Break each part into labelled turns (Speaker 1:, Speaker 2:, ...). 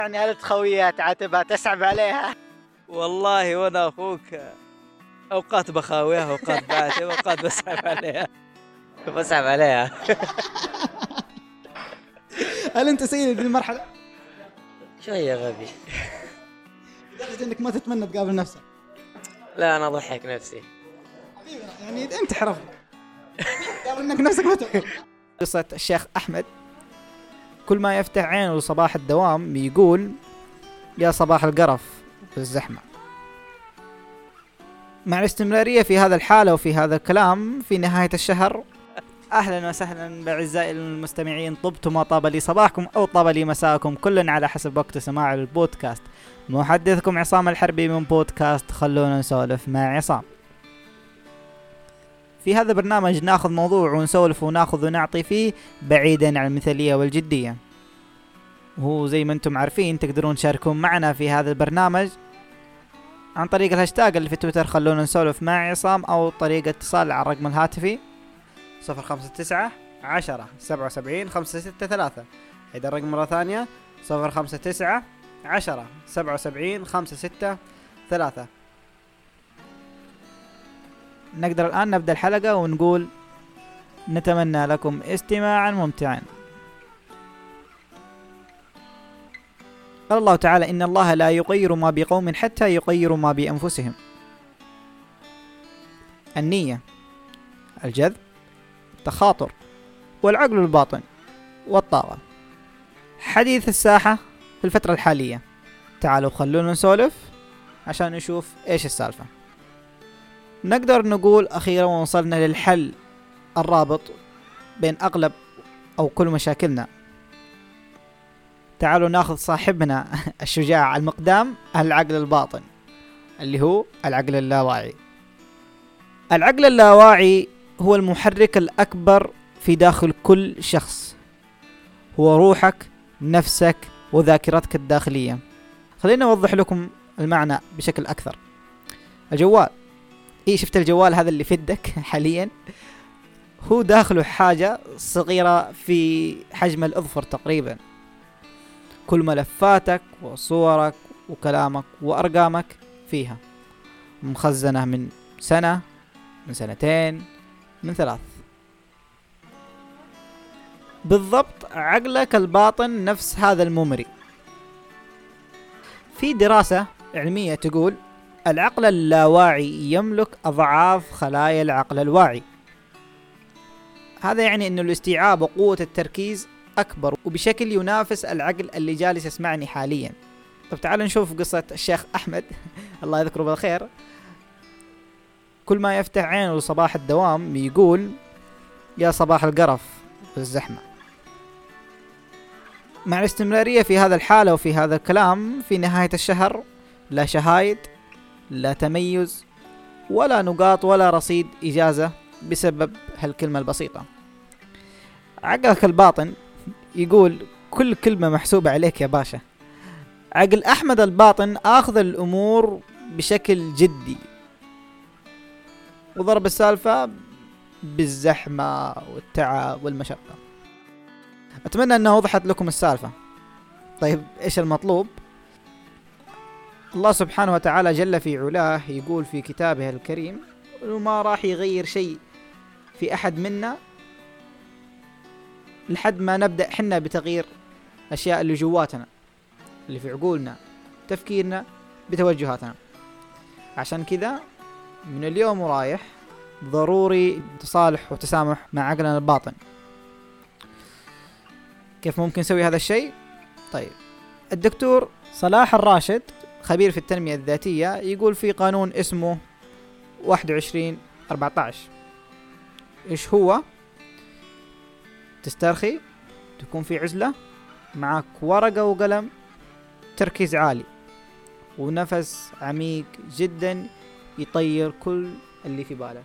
Speaker 1: يعني هل خوية تعاتبها تسعب عليها؟
Speaker 2: والله وانا اخوك اوقات بخاويها اوقات بعاتب اوقات بسحب عليها.
Speaker 1: بسعب عليها.
Speaker 3: هل انت سيء في المرحله
Speaker 1: شوية غبي.
Speaker 3: لدرجه انك ما تتمنى تقابل نفسك؟
Speaker 1: لا أنا أضحك نفسي.
Speaker 3: يعني انت حرف قابل انك نفسك ما تقدر. قصه الشيخ احمد، كل ما يفتح عينه لصباح الدوام يقول يا صباح القرف والزحمه. مع الاستمراريه في هذا الحاله وفي هذا الكلام في نهايه الشهر، اهلا وسهلا باعزائي المستمعين، طبتم وطاب لي صباحكم او طاب لي مساءكم، كل على حسب وقت سماع البودكاست. محدثكم عصام الحربي من بودكاست خلونا نسولف مع عصام. في هذا البرنامج ناخذ موضوع ونسولف وناخذ ونعطي فيه بعيدا عن المثاليه والجديه. وهو زي ما انتم عارفين تقدرون تشاركون معنا في هذا البرنامج عن طريق الهاشتاج اللي في تويتر خلونا نسولف مع عصام، او طريقه اتصال على الرقم الهاتفي 059 10 77 563. هذا الرقم مرة ثانية 059 10 77 563. نقدر الآن نبدأ الحلقة ونقول نتمنى لكم استماعا ممتعا. قال الله تعالى إن الله لا يغير ما بقوم حتى يغيروا ما بأنفسهم. النية، الجذب، التخاطر، والعقل الباطن، والطاقة. حديث الساحة في الفترة الحالية. تعالوا خلونا نسولف عشان نشوف ايش السالفة. نقدر نقول أخيرا وصلنا للحل الرابط بين أغلب أو كل مشاكلنا. تعالوا ناخذ صاحبنا الشجاع المقدام، العقل الباطن، اللي هو العقل اللاواعي. العقل اللاواعي هو المحرك الأكبر في داخل كل شخص، هو روحك، نفسك، وذاكرتك الداخلية. خلينا أوضح لكم المعنى بشكل أكثر. الجوال، شفت الجوال هذا اللي في يدك حاليا؟ هو داخله حاجة صغيرة في حجم الأظفر تقريبا. كل ملفاتك وصورك وكلامك وأرقامك فيها مخزنة من سنة، من سنتين، من 3. بالضبط عقلك الباطن نفس هذا الميموري. في دراسة علمية تقول العقل اللاواعي يملك أضعاف خلايا العقل الواعي. هذا يعني أن الاستيعاب وقوة التركيز أكبر وبشكل ينافس العقل اللي جالس يسمعني حاليا. طب تعالوا نشوف قصة الشيخ أحمد الله يذكره بالخير. كل ما يفتح عينه لصباح الدوام يقول يا صباح القرف والزحمة. مع الاستمرارية في هذا الحالة وفي هذا الكلام في نهاية الشهر، لا شهايد، لا تميز، ولا نقاط، ولا رصيد إجازة بسبب هالكلمة البسيطة. عقلك الباطن يقول كل كلمة محسوبة عليك يا باشا. عقل أحمد الباطن أخذ الأمور بشكل جدي وضرب السالفة بالزحمة والتعب والمشقة. أتمنى أنها وضحت لكم السالفة. طيب إيش المطلوب؟ الله سبحانه وتعالى جل في علاه يقول في كتابه الكريم إنه ما راح يغير شيء في أحد منا لحد ما نبدأ حنا بتغيير أشياء اللي جواتنا، اللي في عقولنا، تفكيرنا، بتوجهاتنا. عشان كذا من اليوم ورايح ضروري تصالح وتسامح مع عقلنا الباطن. كيف ممكن نسوي هذا الشيء؟ طيب الدكتور صلاح الراشد خبير في التنمية الذاتية يقول في قانون اسمه 21-14. إيش هو؟ تسترخي، تكون في عزلة، معك ورقة وقلم، تركيز عالي، ونفس عميق جدا يطير كل اللي في بالك.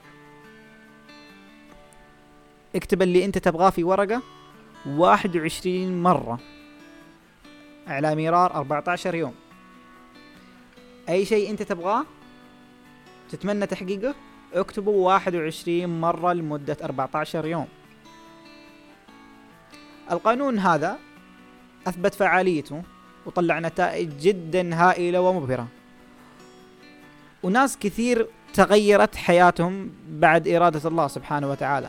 Speaker 3: اكتب اللي انت تبغاه في ورقة 21 مرة على مرار 14 يوم. اي شيء انت تبغاه تتمنى تحقيقه اكتبه 21 مرة لمدة 14 يوم. القانون هذا أثبت فعاليته وطلع نتائج جدا هائلة ومبهرة، وناس كثير تغيرت حياتهم بعد إرادة الله سبحانه وتعالى.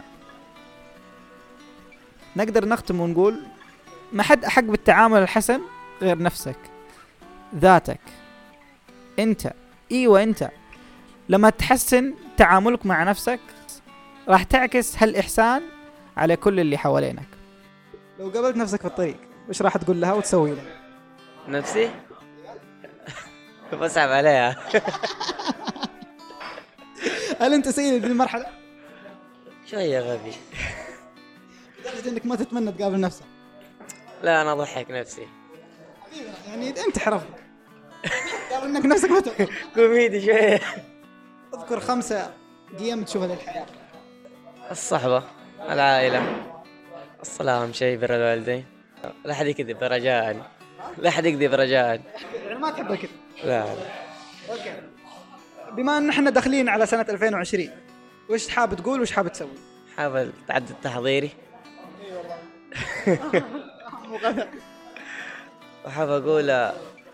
Speaker 3: نقدر نختم ونقول ما حد أحق بالتعامل الحسن غير نفسك، ذاتك، أنت. إيوة أنت لما تحسن تعاملك مع نفسك راح تعكس هالإحسان على كل اللي حوالينك. لو قابلت نفسك في الطريق وش راح تقول لها وتسوي لها؟
Speaker 1: نفسي بصعب عليها.
Speaker 3: هل أنت سيء في المرحلة؟
Speaker 1: شوية غبي.
Speaker 3: لدرجة إنك ما تتمنى تقابل نفسك؟
Speaker 1: لا أنا أضحك نفسي.
Speaker 3: يعني أنت حرف قال إنك نفسك ما تقول.
Speaker 1: كوميدي شوية.
Speaker 3: اذكر 5 قيم تشوفها للحياة.
Speaker 1: الصحبة، العائلة، الصلاة أهم شيء، بر الوالدين، لا أحد يكذب رجاء، لا أحد يكذب رجاء.
Speaker 3: يعني ما تحب الكذب؟
Speaker 1: لا.
Speaker 3: اوكي. بما ان احنا داخلين على سنة 2020 وش حاب تقول وش حاب تسوي؟
Speaker 1: حاول تعدد تحضيري. وحاب أقول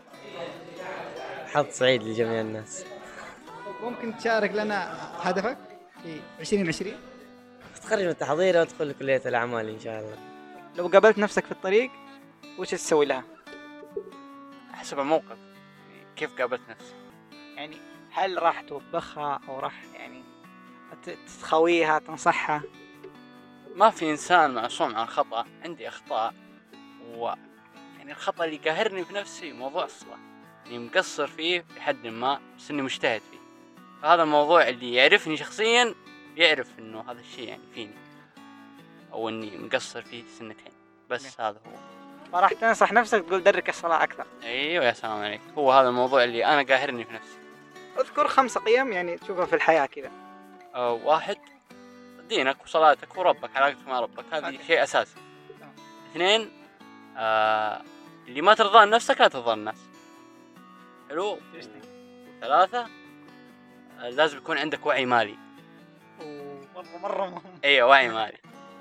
Speaker 1: حظ سعيد لجميع الناس.
Speaker 3: ممكن تشارك لنا هدفك في 2020؟
Speaker 1: أتخرج من التحضير وأدخل كلية الأعمال إن شاء الله.
Speaker 3: لو قابلت نفسك في الطريق وش تسوي لها؟
Speaker 2: حسب الموقف كيف قابلت نفسي.
Speaker 3: يعني هل راح توبخها او راح يعني تخويها تنصحها؟
Speaker 2: ما في إنسان معصوم عن خطأ، عندي أخطاء، يعني الخطأ اللي قاهرني في نفسي موضوع الصلاة، إني مقصر فيه بحد ما بس إني مجتهد فيه. فهذا الموضوع اللي يعرفني شخصيا يعرف إنه هذا الشيء يعني فيني أو إني مقصر فيه سنتين بس. هذا هو.
Speaker 3: فراح تنصح نفسك تقول درك الصلاة أكثر.
Speaker 2: أيوة يا سلام عليك، هو هذا الموضوع اللي أنا قاهرني في نفسي.
Speaker 3: اذكر 5 قيم يعني تشوفها في الحياة كذا.
Speaker 2: 1 دينك وصلاتك وربك، علاقتك مع ربك، هذه شيء أساسي. 2 اللي ما ترضى نفسك لا ترضى الناس. حلو. 3 لازم يكون عندك وعي مالي.
Speaker 3: مرة مهم.
Speaker 2: ايوه وعي مالي.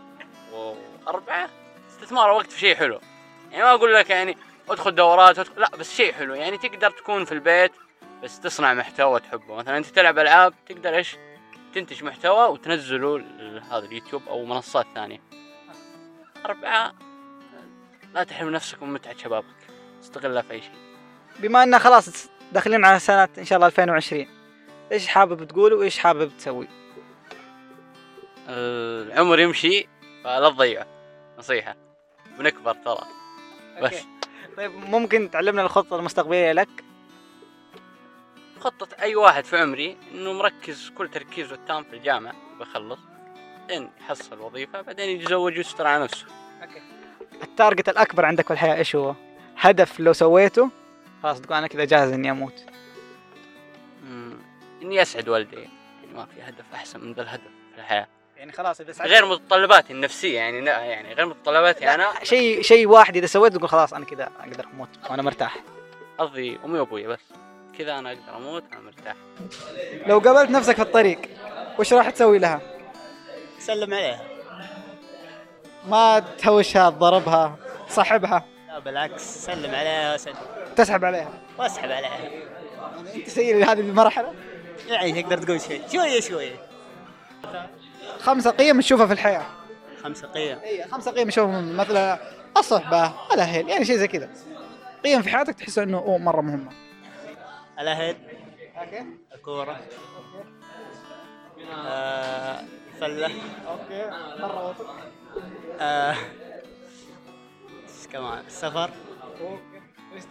Speaker 2: 4 استثمار وقت في شيء حلو. يعني ما اقول لك يعني ادخل دورات لا، بس شيء حلو يعني تقدر تكون في البيت بس تصنع محتوى تحبه. مثلا انت تلعب العاب تقدر ايش تنتج محتوى وتنزله لهذا اليوتيوب او منصات ثانية. 4 لا تحرم نفسك من متعة شبابك، استغلها في اي شيء.
Speaker 3: بما ان خلاص داخلين على سنة ان شاء الله 2020 ايش حابب تقول وايش حابب تسوي؟
Speaker 2: العمر يمشي فلا تضيعه، نصيحة، بنكبر ترى بس.
Speaker 3: طيب ممكن تعلمنا الخطة المستقبلية لك؟
Speaker 2: خطة أي واحد في عمري إنه مركز كل تركيزه التام في الجامعة وبخلص، بعدين يحصل وظيفة، بعدين يتزوج ويستر على نفسه.
Speaker 3: التارجت الأكبر عندك في الحياة إيش هو؟ هدف لو سويته خلاص تقول أنا كذا جاهز إني أموت.
Speaker 2: إني أسعد والدي، يعني ما في هدف أحسن من ذا الهدف في الحياة.
Speaker 3: يعني خلاص إذا
Speaker 2: غير متطلباتي النفسية، يعني غير متطلباتي أنا.
Speaker 3: شيء واحد إذا سويته تقول خلاص أنا كذا أقدر أموت وأنا مرتاح.
Speaker 2: قصدي أمي وأبوي بس كذا أنا أقدر أموت أنا مرتاح.
Speaker 3: لو قابلت نفسك في الطريق وش راح تسوي لها؟
Speaker 1: سلم عليها.
Speaker 3: ما تهوشها تضربها صاحبها؟
Speaker 1: لا بالعكس، سلم عليها
Speaker 3: تسحب عليها
Speaker 1: واسحب عليها.
Speaker 3: يعني أنت سيء لهذه المرحلة؟
Speaker 1: يعني تقدر تقول شوية
Speaker 3: 5 قيم تشوفها في الحياة.
Speaker 1: 5 قيم.
Speaker 3: اي 5 قيم نشوفهم، مثلا الصحبة، الأهل، يعني شيء زي كذا. قيم في حياتك تحس انه مرة مهمة.
Speaker 1: الأهل،
Speaker 3: اوكي،
Speaker 1: الكورة، فلة،
Speaker 3: اوكي، مرة وسط،
Speaker 1: ايش كمان، السفر،
Speaker 3: اوكي،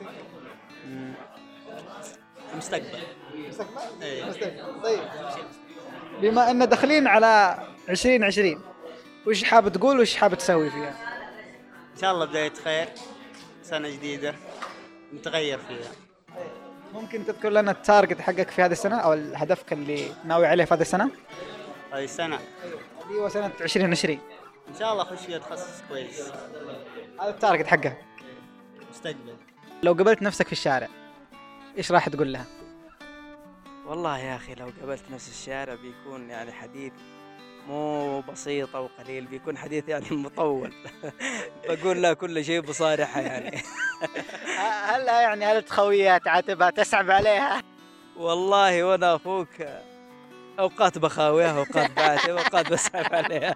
Speaker 1: المستقبل. إيه.
Speaker 3: مستقبل. طيب بما ان داخلين على 2020 وش حابب تقول وش حابب تسوي فيها؟
Speaker 1: ان شاء الله بداية خير، سنة جديدة نتغير فيها.
Speaker 3: ممكن تذكر لنا التارجت حقك في هذه السنة او هدفك اللي ناوي عليه في هذه السنة؟
Speaker 1: هذه السنة
Speaker 3: اللي هو سنة 2020
Speaker 1: ان شاء الله اخش فيها تخصص كويس.
Speaker 3: هذا التارجت حقك.
Speaker 1: مستقبل.
Speaker 3: لو قابلت نفسك في الشارع ايش راح تقول لها؟
Speaker 4: والله يا أخي لو قابلت نفس الشارع بيكون يعني حديث مو بسيطة وقليل، بيكون حديث يعني مطول. بقول لا كل شيء بصارحة يعني.
Speaker 3: هل يعني هل خوية تعاتبها تسعب عليها؟
Speaker 4: والله وانا اخوك اوقات بخاويها، اوقات بعاتب، اوقات بسحب عليها.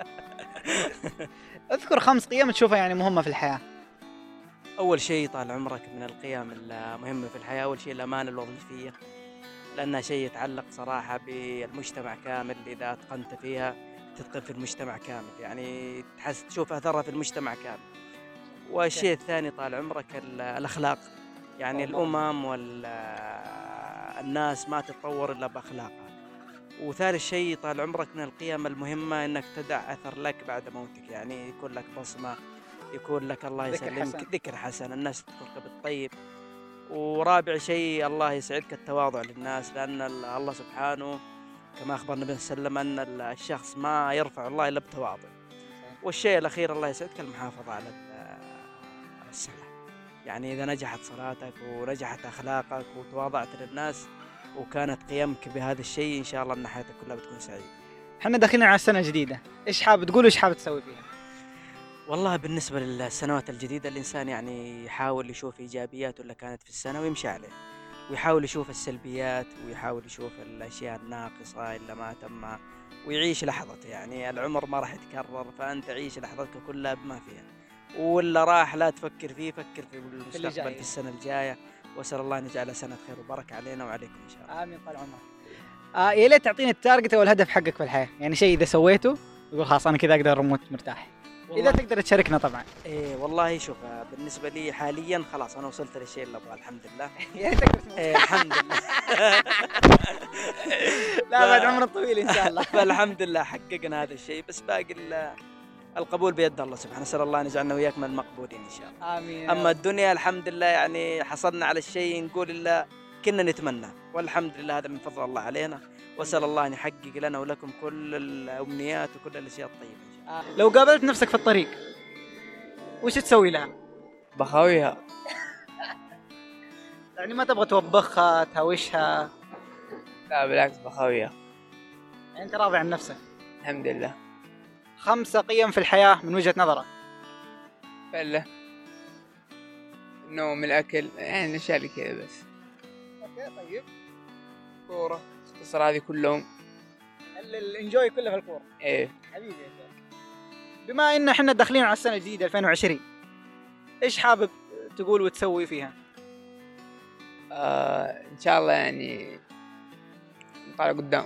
Speaker 3: اذكر 5 قيم تشوفها يعني مهمة في الحياة.
Speaker 4: اول شيء طال عمرك من القيم المهمة في الحياة، اول شيء الامانة الوظيفية، لانها شيء يتعلق صراحة بالمجتمع كامل. اذا اتقنت فيها تتقن في المجتمع كامل، يعني تشوف اثرها في المجتمع كامل. والشيء الثاني طال عمرك الاخلاق، يعني الامم والناس ما تتطور الا باخلاقها. وثالث شيء طال عمرك من القيم المهمة انك تدع اثر لك بعد موتك، يعني يكون لك بصمة، يكون لك الله يسلمك ذكر حسن، الناس تذكرك بالطيب. ورابع شيء الله يسعدك التواضع للناس، لأن الله سبحانه كما أخبر النبي صلى الله عليه وسلم أن الشخص ما يرفع الله إلا بتواضع. والشيء الأخير الله يسعدك المحافظة على الصلاة، يعني إذا نجحت صلاتك ونجحت أخلاقك وتواضعت للناس وكانت قيمك بهذا الشيء، إن شاء الله أن حياتك كلها بتكون سعيدة.
Speaker 3: احنا داخلين على السنة الجديدة، ايش حابب تقول وايش حابب تسوي فيها؟
Speaker 4: والله بالنسبة للسنوات الجديدة الإنسان يعني يحاول يشوف إيجابيات اللي كانت في السنة ويمشي عليه، ويحاول يشوف السلبيات، ويحاول يشوف الأشياء الناقصة اللي ما تم، ويعيش لحظته. يعني العمر ما راح يتكرر، فأنت عيش لحظتك كلها بما فيها، واللي راح لا تفكر فيه، فكر في المستقبل في السنة الجاية. وأسأل الله أن يجعلها سنة خير وبركة علينا وعليكم إن شاء الله.
Speaker 3: آمين طال عمرك. يا ليت تعطيني التارجت أو الهدف حقك في الحياة، يعني شيء إذا سويته يقول خلاص أنا كذا أقدر أموت مرتاح. إذا تقدر تشاركنا طبعا.
Speaker 4: إيه والله شوف، بالنسبة لي حاليا خلاص أنا وصلت للشيء اللي أبغاه الحمد لله.
Speaker 3: يعني تقدر تموت.
Speaker 4: إيه الحمد لله.
Speaker 3: لا بعد عمر طويل إن شاء الله.
Speaker 4: فالحمد لله حققنا هذا الشيء، بس باقي القبول بيد الله سبحانه. نسأل الله أن يجعلنا وياك من المقبولين إن شاء الله.
Speaker 3: آمين.
Speaker 4: أما الدنيا الحمد لله يعني حصلنا على الشيء نقول إلا كنا نتمنى، والحمد لله هذا من فضل الله علينا. وأسأل الله أن يحقق لنا ولكم كل الأمنيات وكل الأشياء الطيبة إن شاء الله.
Speaker 3: لو قابلت نفسك في الطريق وش تسوي لها؟
Speaker 1: بخاويها.
Speaker 3: يعني ما تبغى توبخها تهاوشها؟
Speaker 1: لا بالعكس بخاويها.
Speaker 3: يعني أنت راضي عن نفسك؟
Speaker 1: الحمد لله.
Speaker 3: 5 قيم في الحياة من وجهة نظرك.
Speaker 1: فله النوم، الأكل، يعني الأشياء اللي كذا بس.
Speaker 3: اوكي طيب.
Speaker 1: كورة، اختصر هذه كلهم.
Speaker 3: الانجوي كله في الكورة.
Speaker 1: ايه
Speaker 3: حبيبي يا شيخ. بما ان احنا داخلين على السنة الجديدة 2020، ايش حابب تقول وتسوي فيها؟
Speaker 1: ان شاء الله يعني نطالع قدام،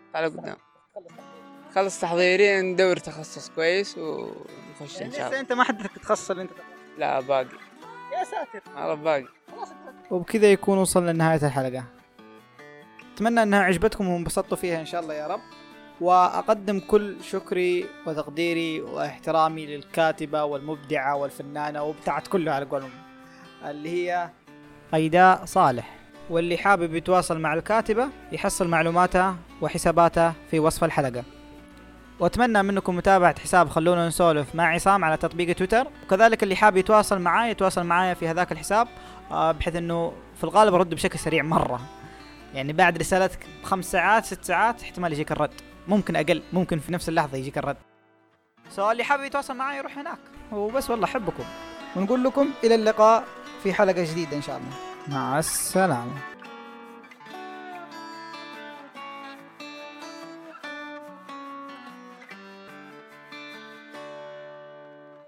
Speaker 1: خلص تحضيري، ندور تخصص كويس ونخش ان شاء
Speaker 3: لسه
Speaker 1: الله.
Speaker 3: انت ما حددت التخصص اللي انت تبغاه.
Speaker 1: لا باقي.
Speaker 3: يا ساتر.
Speaker 1: والله باقي.
Speaker 3: وبكذا يكون وصلنا لنهاية الحلقة. أتمنى أنها عجبتكم وانبسطتوا فيها إن شاء الله يا رب. وأقدم كل شكري وتقديري واحترامي للكاتبة والمبدعة والفنانة وبتاعت كله على قولهم، اللي هي أيداء صالح. واللي حابب يتواصل مع الكاتبة يحصل معلوماتها وحساباتها في وصف الحلقة. وأتمنى منكم متابعة حساب خلونا نسولف مع عصام على تطبيق تويتر، وكذلك اللي حاب يتواصل معايا يتواصل معايا في هذاك الحساب، بحيث أنه في الغالب أرد بشكل سريع مرة، يعني بعد رسالتك 5 ساعات 6 ساعات احتمال يجيك الرد، ممكن أقل، ممكن في نفس اللحظة يجيك الرد. اللي حاب يتواصل معايا يروح هناك وبس. والله أحبكم ونقول لكم إلى اللقاء في حلقة جديدة إن شاء الله. مع السلامة.